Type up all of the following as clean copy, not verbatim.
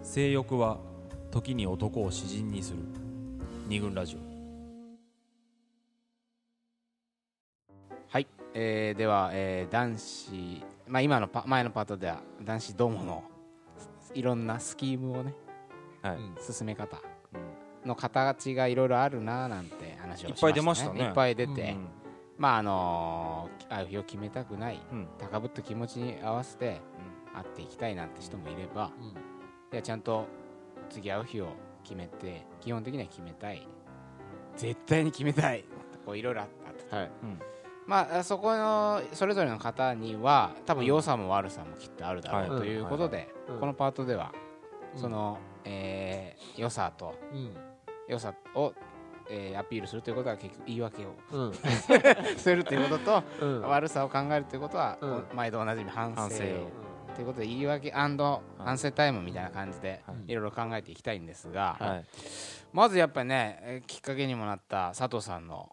性欲は時に男を詩人にする。二軍ラジオ。 はい、では、男子、今の前のパートでは男子どものいろんなスキームをね、 はい、 進め方の形がいろいろあるななんて話をしましたね。 いっぱい出ましたね。 いっぱい出て、あう日を決めたくない、高ぶった気持ちに合わせて会っていきたいなんて人もいれば、いやちゃんと次会う日を決めて、基本的には決めたい、絶対に決めたいこういろいろあった、はい、そこのそれぞれの方には多分良さも悪さもきっとあるだろうということで、このパートではその、良さと、良さを、アピールするということは結局言い訳を、するということと、悪さを考えるということは、毎度おなじみ反省ということで、言い訳&反省タイムみたいな感じでいろいろ考えていきたいんですが、まずやっぱりね、きっかけにもなった佐藤さんの、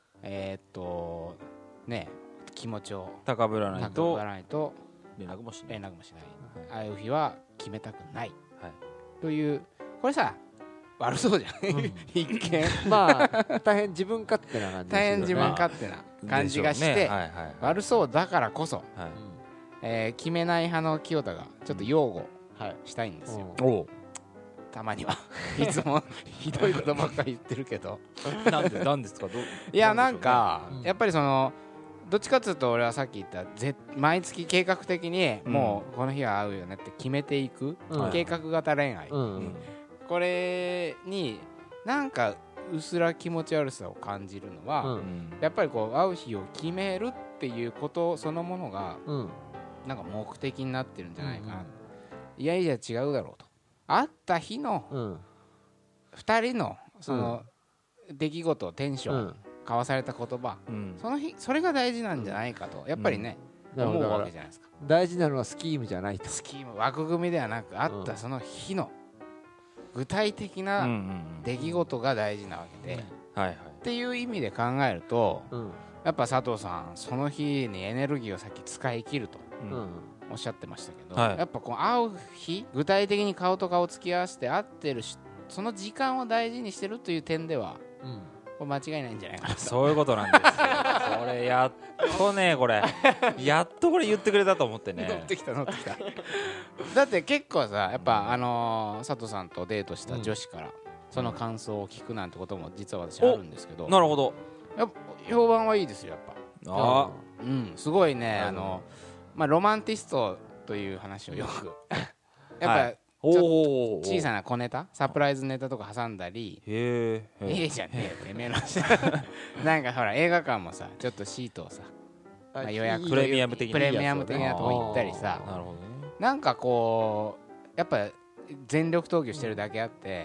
気持ちを高ぶらないと連絡もしない、会う日は決めたくない、という、これさ悪そうじゃん一見大変自分勝手な感じですよね。 大変自分勝手な感じがして、悪そうだからこそ、決めない派の清田がちょっと擁護したいんですよ、たまにはいつもひどいことばっかり言ってるけどなんですか。 いやなんかやっぱりそのどっちかというと、俺はさっき言った毎月計画的にもうこの日は会うよねって決めていく計画型恋愛、これになんかうすら気持ち悪さを感じるのは、やっぱりこう会う日を決めるっていうことそのものがなんか目的になってるんじゃないかな、いやいや違うだろうと、会った日の2人のその出来事、テンション、交わされた言葉、その日それが大事なんじゃないかとやっぱりね、思うわけじゃないですか。 大事なのはスキームじゃないと。 スキーム、枠組みではなく、会ったその日の具体的な出来事が大事なわけで、っていう意味で考えると、やっぱ佐藤さんその日にエネルギーを先使い切るとおっしゃってましたけど、やっぱこう会う日、具体的に顔と顔を突き合わせて会ってるその時間を大事にしてるという点では、これ間違いないんじゃないかなと。 そういうことなんですよこれやっとね、やっとこれ言ってくれたと思ってね。 乗ってきただって結構さ、やっぱ佐藤さんとデートした女子からその感想を聞くなんてことも実は私あるんですけど、 なるほど、 やっぱ評判はいいですよ、やっぱ。すごいね、ロマンティストという話をよくやっぱ小さな小ネタ、サプライズネタとか挟んだり、じゃねえよてめえのなんかほら映画館もさ、ちょっとシートをさ、予約プレミアム的なとこ行ったりさ、なんかこうやっぱ全力投球してるだけあって、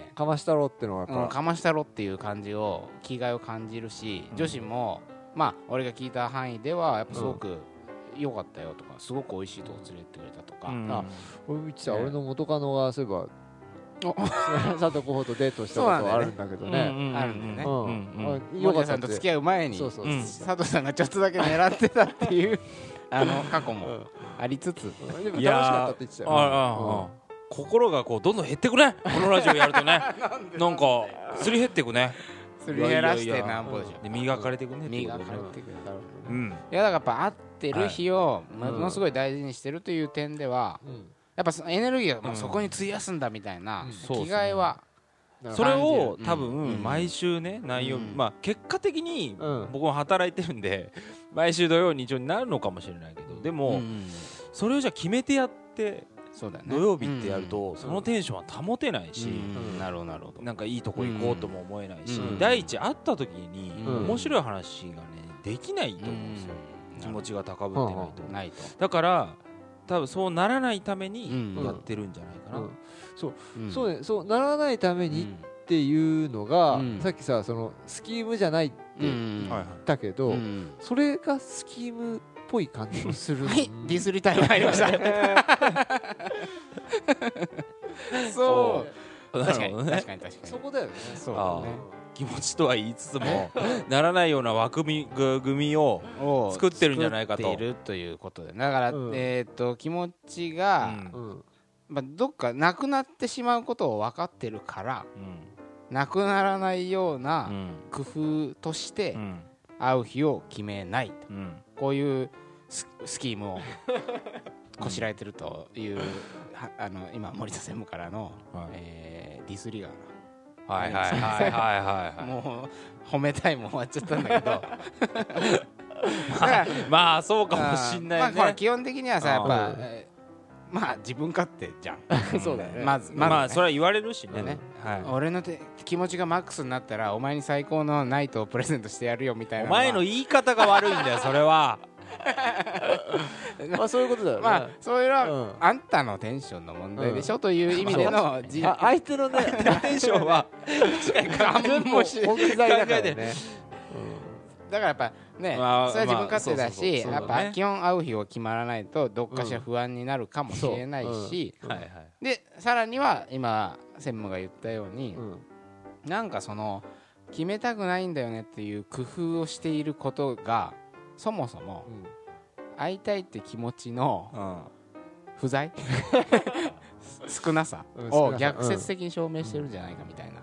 かましたろっていうのはやっぱかましたろっていう感じを、気概を感じるし、女子も俺が聞いた範囲ではやっぱすごく良かったよとか、すごく美味しいとこ連れてってくれたとか、 俺見てた、俺の元カノがそういえば佐藤候補とデートしたことあるんだけどね。 あるんだよね。 ヨガさんと付き合う前に佐藤さんがちょっとだけ狙ってたっていう過去もありつつ、 でも楽しかったって言ってたよ。 心がこうどんどん減ってくね、このラジオやるとねなんかすり減ってくね、 すり減らしてなんぼでしょ。 で磨かれてくね、 磨かれてくる。いやだからやっぱ会ってる日をものすごい大事にしてるという点では、やっぱエネルギーをそこに費やすんだみたいな気概は、 それを多分毎週ね、内容、結果的に僕も働いてるんで毎週土曜日曜になるのかもしれないけど、でもそれをじゃあ決めてやって土曜日ってやるとそのテンションは保てないし、なんかいいとこ行こうとも思えないし、第一会った時に面白い話がねできないと思うんですよ、気持ちが高ぶってないと。だから多分そうならないためにやってるんじゃないかな。 そうならないためにっていうのが、さっきさ、そのスキームじゃないって言ったけど、それがスキームっぽい感じもする。 はい、ディスりタイム入りましたそう確かにそこだよね。 そうだね、 気持ちとは言いつつもならないような枠組みを作ってるんじゃないかと。 作っているということで、だから気持ちがどっかなくなってしまうことを分かってるから、なくならないような工夫として会う日を決めないと、こういうスキームをこしらえてるという今森田専務からのディスりがもう褒めたいも終わっちゃったんだけどまあそうかもしんないね。 基本的にはさやっぱまあ自分勝手じゃんそうだね。 まずまあそれは言われるしね。 俺の気持ちがマックスになったらお前に最高のナイトをプレゼントしてやるよみたいな。 お前の言い方が悪いんだよそれは。 まあそういうことだよね。 まあそういうのはあんたのテンションの問題でしょという意味での相手のねテンションは全部本気材だからね。 だからやっぱね、それは自分勝手だし、やっぱ基本会う日を決まらないとどっかしら不安になるかもしれないし、でさらには今専務が言ったように、なんかその決めたくないんだよねっていう工夫をしていることがそもそも会いたいって気持ちの不在少なさを逆説的に証明してるんじゃないかみたいな。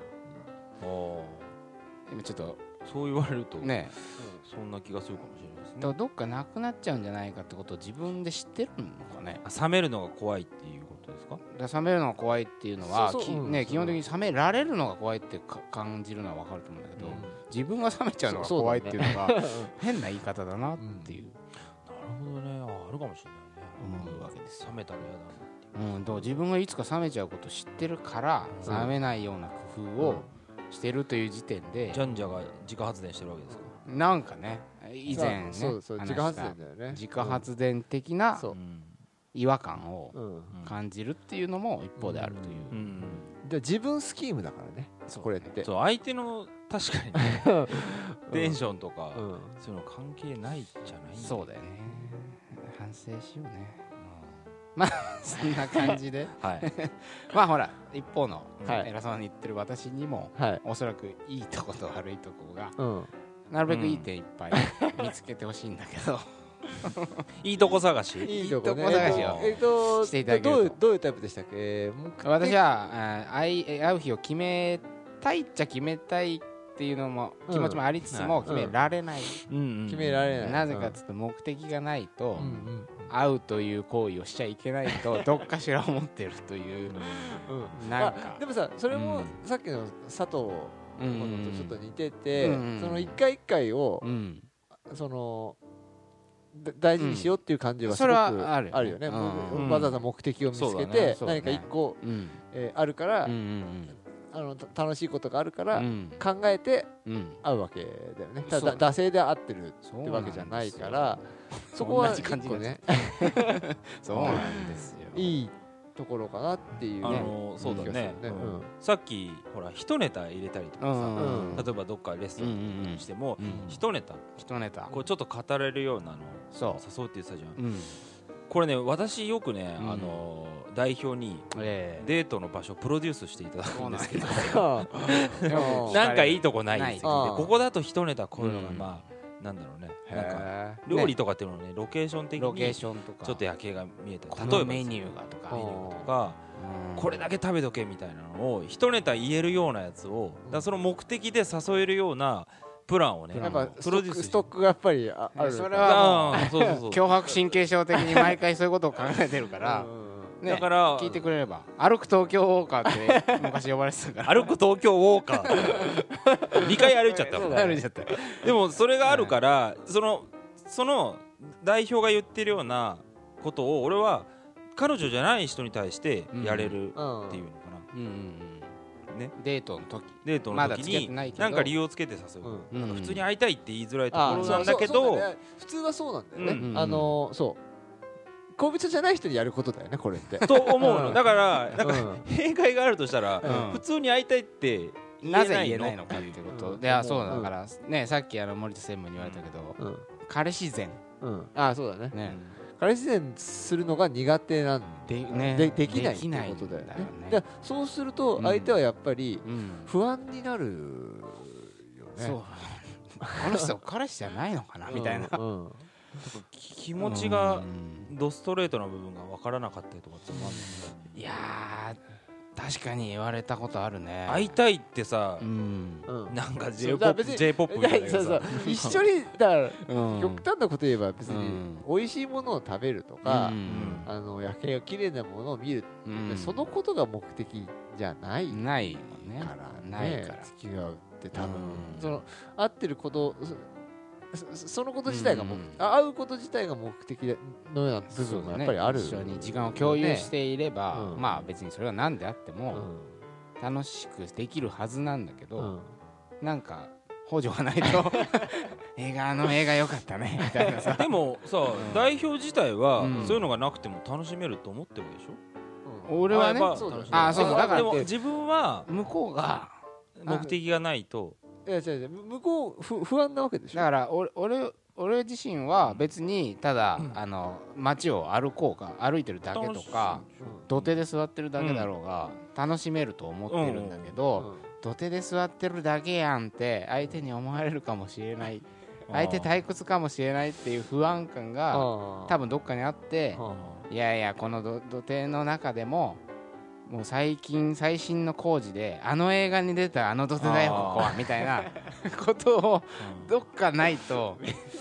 今ちょっとそう言われるとね、 そんな気がするかもしれないですね。 だからどっかなくなっちゃうんじゃないかってことを自分で知ってるのかね。 冷めるのが怖いっていうことですか？ 冷めるのが怖いっていうのは基本的に冷められるのが怖いって感じるのは分かると思うんだけど、自分が冷めちゃうのが怖いっていうのが変な言い方だなっていう。 なるほどね。あるかもしれないね。 思うわけですよ。 冷めたら嫌だなっていう。 だから自分がいつか冷めちゃうことを知ってるから冷めないような工夫をしてるという時点でジャンジャが自家発電してるわけですか？ なんかね以前ね自家発電だよね。 自家発電的な違和感を感じるっていうのも一方であるという。 で自分スキームだからねこれって。 そう相手の確かにねテンションとかそういうの関係ないじゃない。 そうだよね。反省しようね。まあそんな感じでまあほら一方の偉そうに言ってる私にもおそらくいいとこと悪いとこがなるべくいい点いっぱい見つけてほしいんだけどいいとこ探しいいとこ探しをしていただけると。 どういうタイプでしたっけ？ 私は会う日を決めたいっちゃ決めたいっていうのも気持ちもありつつも決められない。 決められない。 なぜかというと目的がないと会うという行為をしちゃいけないとどっかしら思ってるという。なんかでもさそれもさっきの佐藤のとちょっと似てて、その一回一回をその大事にしようっていう感じはすごくあるよね。わざわざ目的を見つけて何か一個あるから楽しいことがあるから考えて会うわけだよね。ただ惰性で会ってるってわけじゃないからそこは一個ねそうなんですよ。 いいところかなっていうね。 そうだね。さっきほら一ネタ入れたりとかさ、例えばどっかレストランにしても一ネタこうちょっと語れるようなの誘うって言ってたじゃん。これね私よくね代表にデートの場所をプロデュースしていただくんですけどなんかいいとこないってここだと一ネタこういうのがまあなんだろうね、なんか料理とかっていうのをねロケーション的にちょっと夜景が見えたり、例えばメニューがとかこれだけ食べとけみたいなのを一ネタ言えるようなやつをだその目的で誘えるようなプランをねやっぱプロデュースストックがやっぱりある。 それは強迫神経症的に毎回そういうことを考えてるからだから聞いてくれれば歩く東京ウォーカーって昔呼ばれてたから歩く東京ウォーカー2回歩いちゃった歩いちゃった。 でもそれがあるからその代表が言ってるようなことを俺は彼女じゃない人に対してやれるっていうのかな。ね、 デートの時に何か理由をつけて誘う、普通に会いたいって言いづらいところなんだけど普通はそうなんだよね。そう恋人じゃない人にやることだよねこれってと思うの。だからなんか弊害があるとしたら普通に会いたいってなぜ言えないのかっていうことで、そうだからねさっき森田専務に言われたけど彼氏前そうだね。彼氏前するのが苦手なんでできないってことだよね。でそうすると相手はやっぱり不安になるよね。 この人彼氏じゃないのかなみたいな。 気持ちがドストレートな部分が分からなかったりとかってもあるんだ。 いや確かに言われたことあるね。 会いたいってさ、なんか J-POP みたいなさ、 一緒にだから極端なこと言えば別に美味しいものを食べるとか、夜景が綺麗なものを見る、そのことが目的じゃないからね。付き合うって多分その会ってることそのこと自体が会うこと自体が目的のような部分がやっぱりある、 一緒に時間を共有していれば、まあ別にそれは何であっても楽しくできるはずなんだけど、なんか補助がないと映画良かったねみたいなさ。 でもさ、代表自体はそういうのがなくても楽しめると思ってるでしょ。 俺はね、そうだからでも自分は向こうが目的がないと。 いや違う向こう不安なわけでしょ。 だから俺自身は別にただ街を歩いてるだけとか土手で座ってるだけだろうが楽しめると思ってるんだけど、土手で座ってるだけやんって相手に思われるかもしれない、相手退屈かもしれないっていう不安感が多分どっかにあって、いやいやこの土手の中でももう最新の工事で映画に出た土手だよここはみたいなことをどっかないと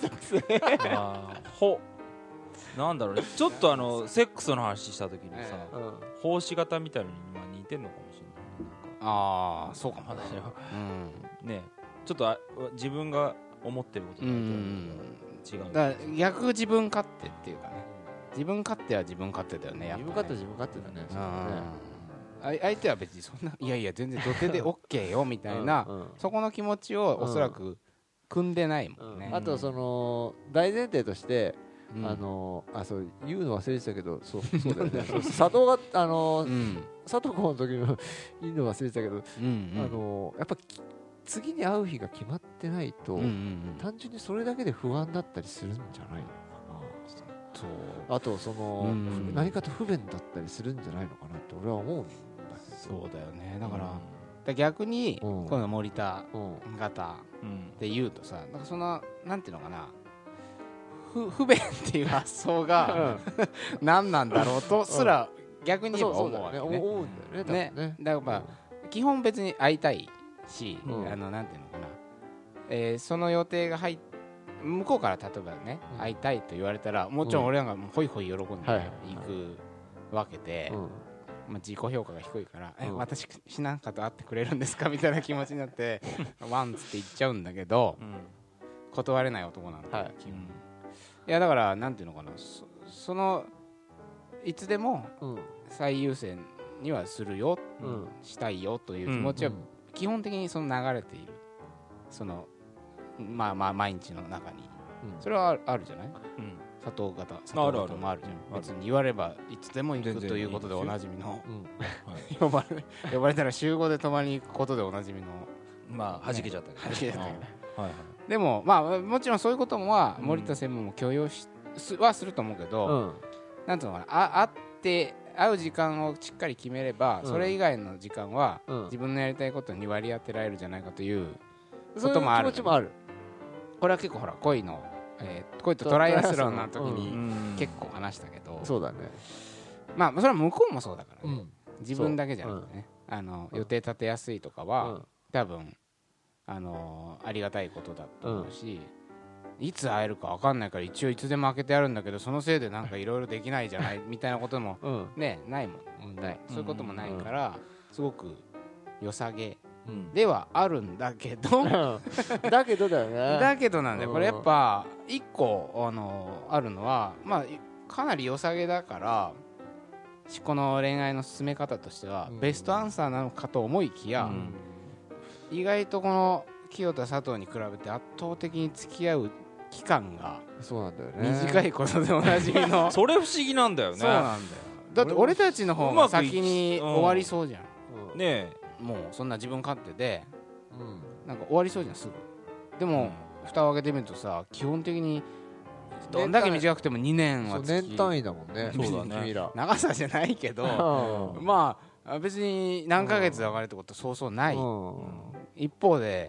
なんだろうね、ちょっとセックスの話した時にさ、奉仕型みたいなのに似てんのかもしれない。 そうかもね、ちょっと自分が思ってることと違う。 だから逆自分勝手っていうかね、自分勝手は自分勝手だよね。 自分勝手は自分勝手だね。 相手は別にそんないや全然土手で OK よみたいなそこの気持ちをおそらく組んでないもんね。 あとその大前提としてそう言うの忘れてたけどそうだよね。佐藤が佐藤君の時の言うの忘れてたけど、やっぱ次に会う日が決まってないと単純にそれだけで不安だったりするんじゃないのかな。あとその何かと不便だったりするんじゃないのかなって俺は思うんだけど。 そうだよね。だから逆にこの森田型で言うとさ、なんかそのなんていうのかな、不便っていう発想が何なんだろうとすら逆に言えば思うわけね。 思うんだよね。 だから基本別に会いたいし、なんていうのかな、その予定が入って向こうから例えばね会いたいと言われたらもちろん俺らがホイホイ喜んでいくわけで。自己評価が低いから私しなんかと会ってくれるんですかみたいな気持ちになってワンツって言っちゃうんだけど、断れない男なんだよ、基本。いやだからなんていうのかな、そのいつでも最優先にはするよ、したいよという気持ちは基本的にその流れている、その毎日の中にそれはあるじゃない。佐藤型もあるじゃん。別に言わればいつでも行くということでおなじみの、呼ばれたら集合で泊まりに行くことでおなじみの、 弾けちゃったけど、 でももちろんそういうことも森田専務も許容はすると思うけど、なんていうのかな、会う時間をしっかり決めればそれ以外の時間は自分のやりたいことに割り当てられるじゃないかということもある。これは結構ほら恋とトライアスロンの時に結構話したけど、 そうだね。 それは向こうもそうだからね。自分だけじゃなくてね、予定立てやすいとかは多分ありがたいことだと思うし、いつ会えるか分かんないから一応いつでも開けてやるんだけどそのせいでなんかいろいろできないじゃないみたいなこともねないもん。そういうこともないからすごく良さげではあるんだけどだけどだよね。 だけどなんだよ。これやっぱ一個あるのはかなり良さげだからこの恋愛の進め方としてはベストアンサーなのかと思いきや、意外とこの清田佐藤に比べて圧倒的に付き合う期間が短いことでおなじみのそれ不思議なんだよね。 そうなんだよ。だって俺たちの方が先に終わりそうじゃんね。 もうそんな自分勝手でなんか終わりそうじゃんすぐ。でも蓋を開けてみるとさ、基本的にどんだけ短くても2年は年単位だもんね。 そうだね。長さじゃないけど別に何ヶ月で別れるってことそうそうない。一方で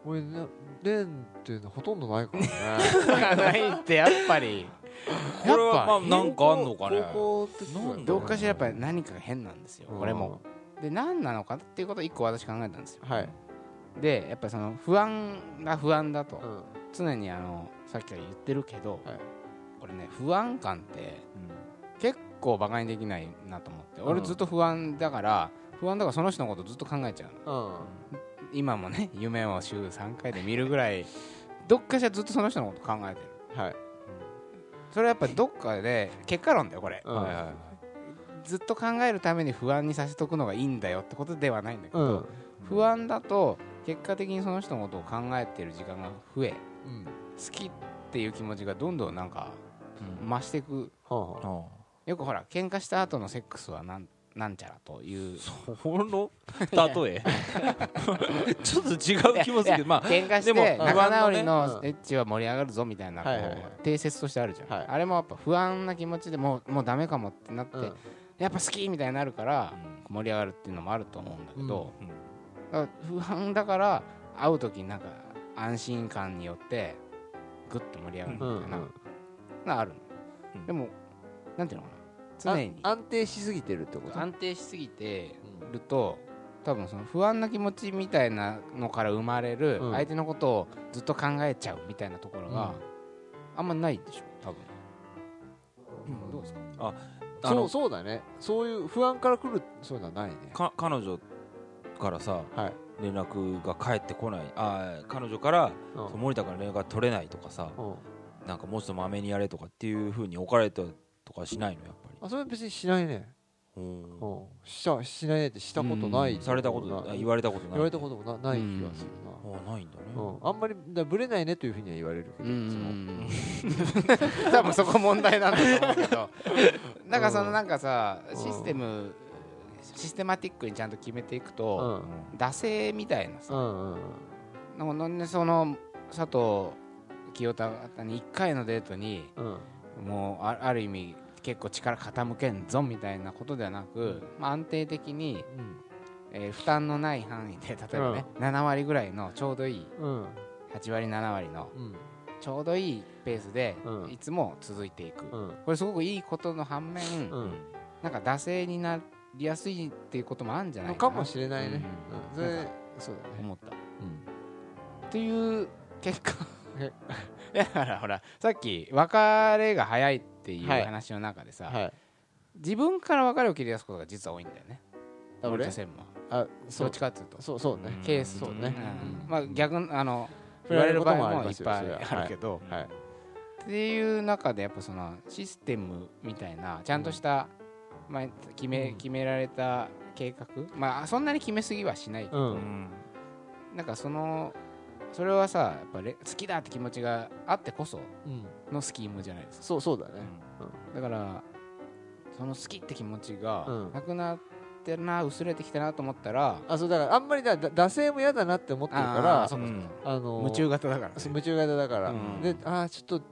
俺レンってほとんどないからねないってやっぱりこれはまあなんかあんのかね。 どっかしらやっぱり何かが変なんですよ、これも。で何なのかっていうことを一個私考えたんですよ。でやっぱりその不安が不安だと、常にさっきから言ってるけど、これね不安感って結構バカにできないなと思って、俺ずっと不安だからその人のことずっと考えちゃう、今もね夢を週3回で見るぐらいどっかしらずっとその人のこと考えてる、それはやっぱりどっかで結果論だよこれ、ずっと考えるために不安にさせとくのがいいんだよってことではないんだけど、不安だと結果的にその人のことを考えてる時間が増え、好きっていう気持ちがどんどんなんか増していく、よくほら喧嘩した後のセックスはなんちゃらというその例えちょっと違う気もするけど、まあ喧嘩して仲直りのエッチは盛り上がるぞみたいな定説としてあるじゃん、あれもやっぱ不安な気持ちでもうダメかもってなって、やっぱ好きみたいになるから盛り上がるっていうのもあると思うんだけど、不安だから会う時になんか安心感によってグッと盛り上がるみたいなのがある、でもなんていうのかな、常に安定しすぎてるってこと？ 安定しすぎてると、多分その不安な気持ちみたいなのから生まれる相手のことをずっと考えちゃうみたいなところがあんまないでしょ多分、どうですか？ そうだね、そういう不安から来るそういうのはないね。 彼女からさ、連絡が返ってこない、彼女から森田から連絡が取れないとかさ、なんかもうちょっとまめにやれとかっていう風に置かれたとかしないのやっぱり。 それは別にしないね。しないねってしたことない、 されたこと言われたことない、 言われたこともない気がするな。ないんだね。 あんまりブレないねというふうには言われるけど、 多分そこ問題なんだと思うけどなんかそのなんかさ、システマティックにちゃんと決めていくと、惰性みたいなさ、なんでその佐藤清田に1回のデートにもうある意味結構力傾けんぞみたいなことではなく、安定的に負担のない範囲で、例えばね7割ぐらいのちょうどいい、8割7割のちょうどいいペースでいつも続いていく、これすごくいいことの反面、なんか惰性になりやすいっていうこともあるんじゃないかなかもしれないね。そうだね思った、っていう結果だからほらさっき別れが早いっていう話の中でさ、自分から別れを切り出すことが実は多いんだよね。俺専門どっちかっていうとそうね、 ケースそうね、 まあ逆言われる場合もいっぱいあるけど、っていう中でやっぱそのシステムみたいなちゃんとした決められた計画、そんなに決めすぎはしないけど、なんかそれはさやっぱ好きだって気持ちがあってこそのスキームじゃないですか。 そうだね、 だからその好きって気持ちがなくなってるな、薄れてきたなと思ったら、 そうだからあんまり惰性も嫌だなって思ってるから、 夢中型だから、 夢中型だから、でちょっと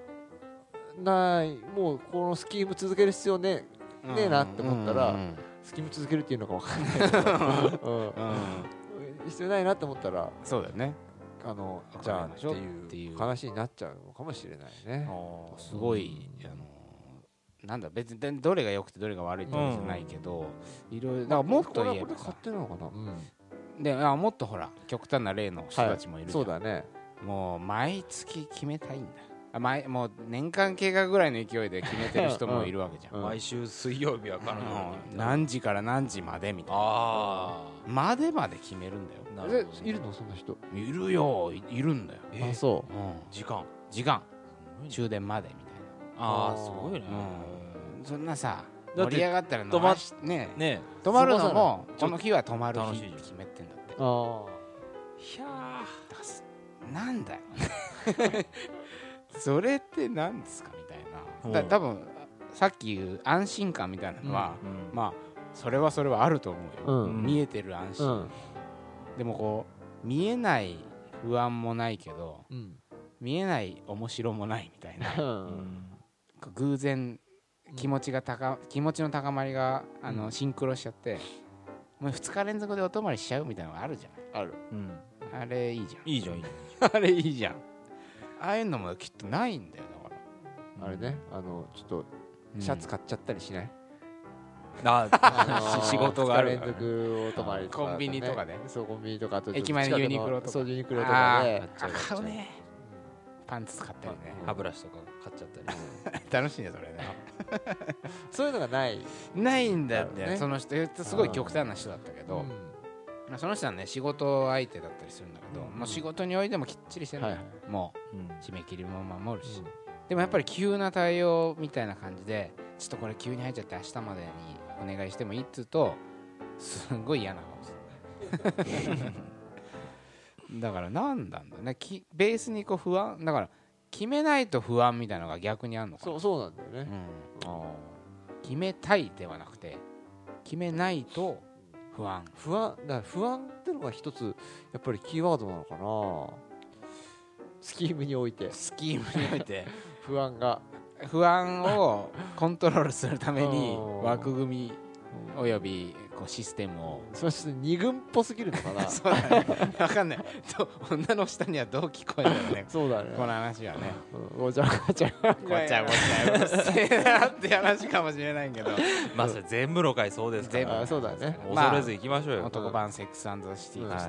もうこのスキーム続ける必要ねえなって思ったら、スキーム続けるっていうのか分かんないけど必要ないなって思ったら、 そうだよね、 じゃあっていう話になっちゃうのかもしれないね。 すごいなんだ別にどれが良くてどれが悪いってわけじゃないけど、いろいろだからもっと言えばさ、でもっとほら極端な例の人たちもいるじゃん。 そうだね、 もう毎月決めたいんだ、もう年間計画ぐらいの勢いで決めてる人もいるわけじゃん。 毎週水曜日は彼女何時から何時までみたいな、まで決めるんだよ。 いるのそんな人？ いるよ、いるんだよ。 そう、 時間終電までみたいな。 すごいね。 そんなさ盛り上がったら止まるのもこの日は止まる日って決めてんだって。 ひゃーなんだよそれって何ですかみたいな。多分さっき言う安心感みたいなのは、それはあると思うよ、見えてる安心、でもこう見えない不安もないけど、見えない面白もないみたいな、偶然気持ちの高まりがシンクロしちゃって、もう2日連続でお泊まりしちゃうみたいなのがあるじゃない。 あれいいじゃん。 いいじゃんあれいいじゃん。ああいうのもきっとないんだよだから。あれね、ちょっとシャツ買っちゃったりしない？ 仕事がある連続お泊まりとか、 コンビニとかで。 そうコンビニとか、あと駅前のユニクロとか。 そうユニクロとかで買うね。パンツ買ったりね。 歯ブラシとか買っちゃったり。 楽しいねそれね。 そういうのがないんだって。その人すごい極端な人だったけど、その人はね仕事相手だったりするんだけど、もう仕事においてもきっちりしてるのよ。もう締め切りも守るし。でもやっぱり急な対応みたいな感じで、ちょっとこれ急に入っちゃって明日までにお願いしてもいいっつうと、すごい嫌な顔する。だからなんだろうね、ベースにこう不安だから、決めないと不安みたいなのが逆にあるのかな。 そうなんだよね、 決めたいではなくて決めないと不安ってのが一つやっぱりキーワードなのかな。スキームにおいて不安をコントロールするために枠組みおよびこうシステムを、 そして二軍っぽすぎるのかな。 そうだね、分かんない女の下にはどう聞こえるんだろうね。 そうだね、 この話はね、 ごちゃごちゃうるせえなって話かもしれないけど、 まあそれ全部の回そうですから、 そうだね、 恐れず行きましょうよ。 男版セックス&シティとして、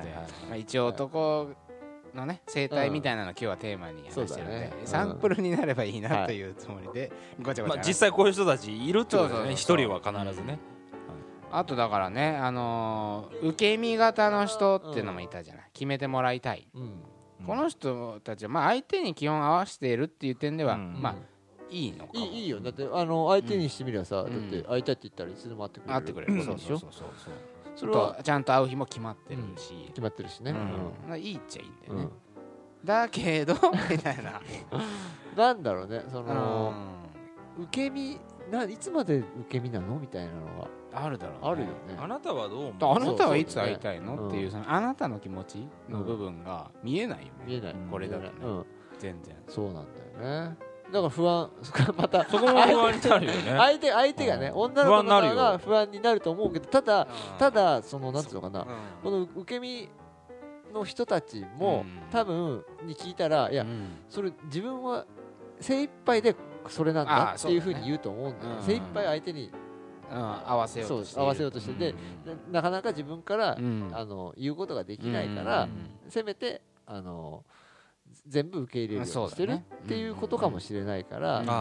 一応男のね生態みたいなの今日はテーマに話してるんで、サンプルになればいいなというつもりでごちゃごちゃ、 実際こういう人たちいるってことですね。一人は必ずね。 あとだからね、受け身型の人っていうのもいたじゃない。決めてもらいたい、この人たちは相手に基本合わせているっていう点では、いいのかも。 いいよ。だって相手にしてみればさ、だって会いたいって言ったらいつでも会ってくれる。そうそれはちゃんと会う日も決まってるし、 ね、 いいっちゃいいんだよね、だけどみたいななんだろうね、その受け身いつまで受け身なのみたいなのがあるだろうね。 あるよね。 あなたはどう思う？ あなたはいつ会いたいのっていう、そのあなたの気持ちの部分が見えないよね。 見えない、 これだとね、全然そうなんだよね。だから不安、またそこも不安になるよね。 相手がね、女の子の方が不安になると思うけど、ただそのなんていうのかな、この受け身の人たちも多分に聞いたら、いやそれ自分は精一杯でそれなんだっていうふうに言うと思うんだよ。精一杯相手に合わせようとしてで、なかなか自分から言うことができないから、せめて全部受け入れるようにしてるっていうことかもしれないから、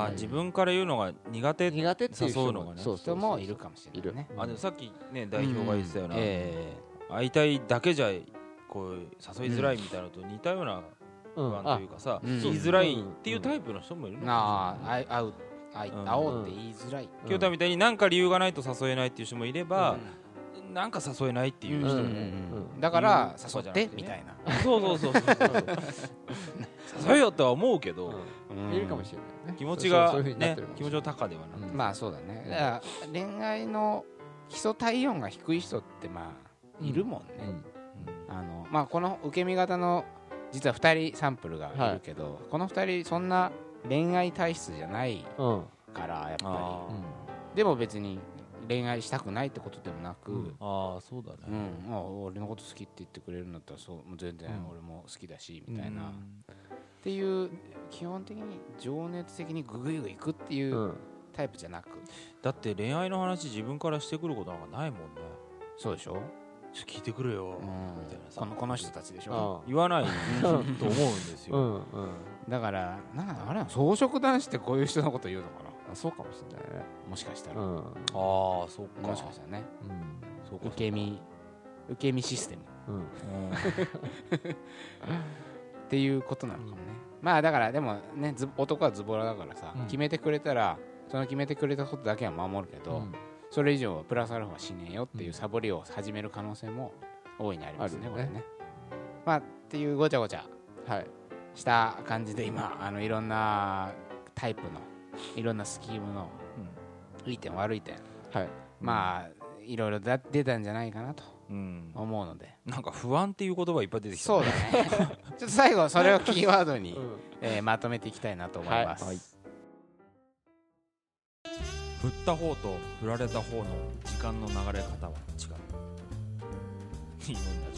自分から言うのが苦手っていう人もいるかもしれないね。 でもさっきね代表が言ってたような、会いたいだけじゃこう誘いづらいみたいなのと似たような不安というかさ、言いづらいっていうタイプの人もいるのかもしれない。 会おうって言いづらい。 清田みたいに何か理由がないと誘えないっていう人もいれば、なんか誘えないっていう人も、 だから誘ってみたいな。 そう誘えよとは思うけど、 いるかもしれないね。 気持ちがね、気持ちの高ではなく、 まあそうだね。だから恋愛の基礎体温が低い人っているもんね。この受け身型の実は2人サンプルがいるけど、この2人そんな恋愛体質じゃないからやっぱり、でも別に恋愛したくないってことでもなく、 そうだね、 俺のこと好きって言ってくれるんだったらもう全然俺も好きだしみたいな、っていう基本的に情熱的にググイグいくっていうタイプじゃなく、 だって恋愛の話自分からしてくることなんかないもんね。 そうでしょ。 聞いてくれよみたいなさ、 この人たちでしょ。 言わないと思うんですよ。 だからあれは草食男子ってこういう人のこと言うのかな。 そうかもしれないね、 もしかしたら。 そうか、 もしかしたらね、受け身システムっていうことなのかもね。だからでもね、男はズボラだからさ、決めてくれたらその決めてくれたことだけは守るけど、それ以上プラスアルファしねえよっていうサボりを始める可能性も大いにありますね、これね。っていうごちゃごちゃした感じで今いろんなタイプのいろんなスキームのいい点悪い点、いろいろ出たんじゃないかなと思うので、 なんか不安っていう言葉いっぱい出てきた。 そうだね。ちょっと最後それをキーワードにまとめていきたいなと思います。 振った方と振られた方の時間の流れ方は違う。いいもんだ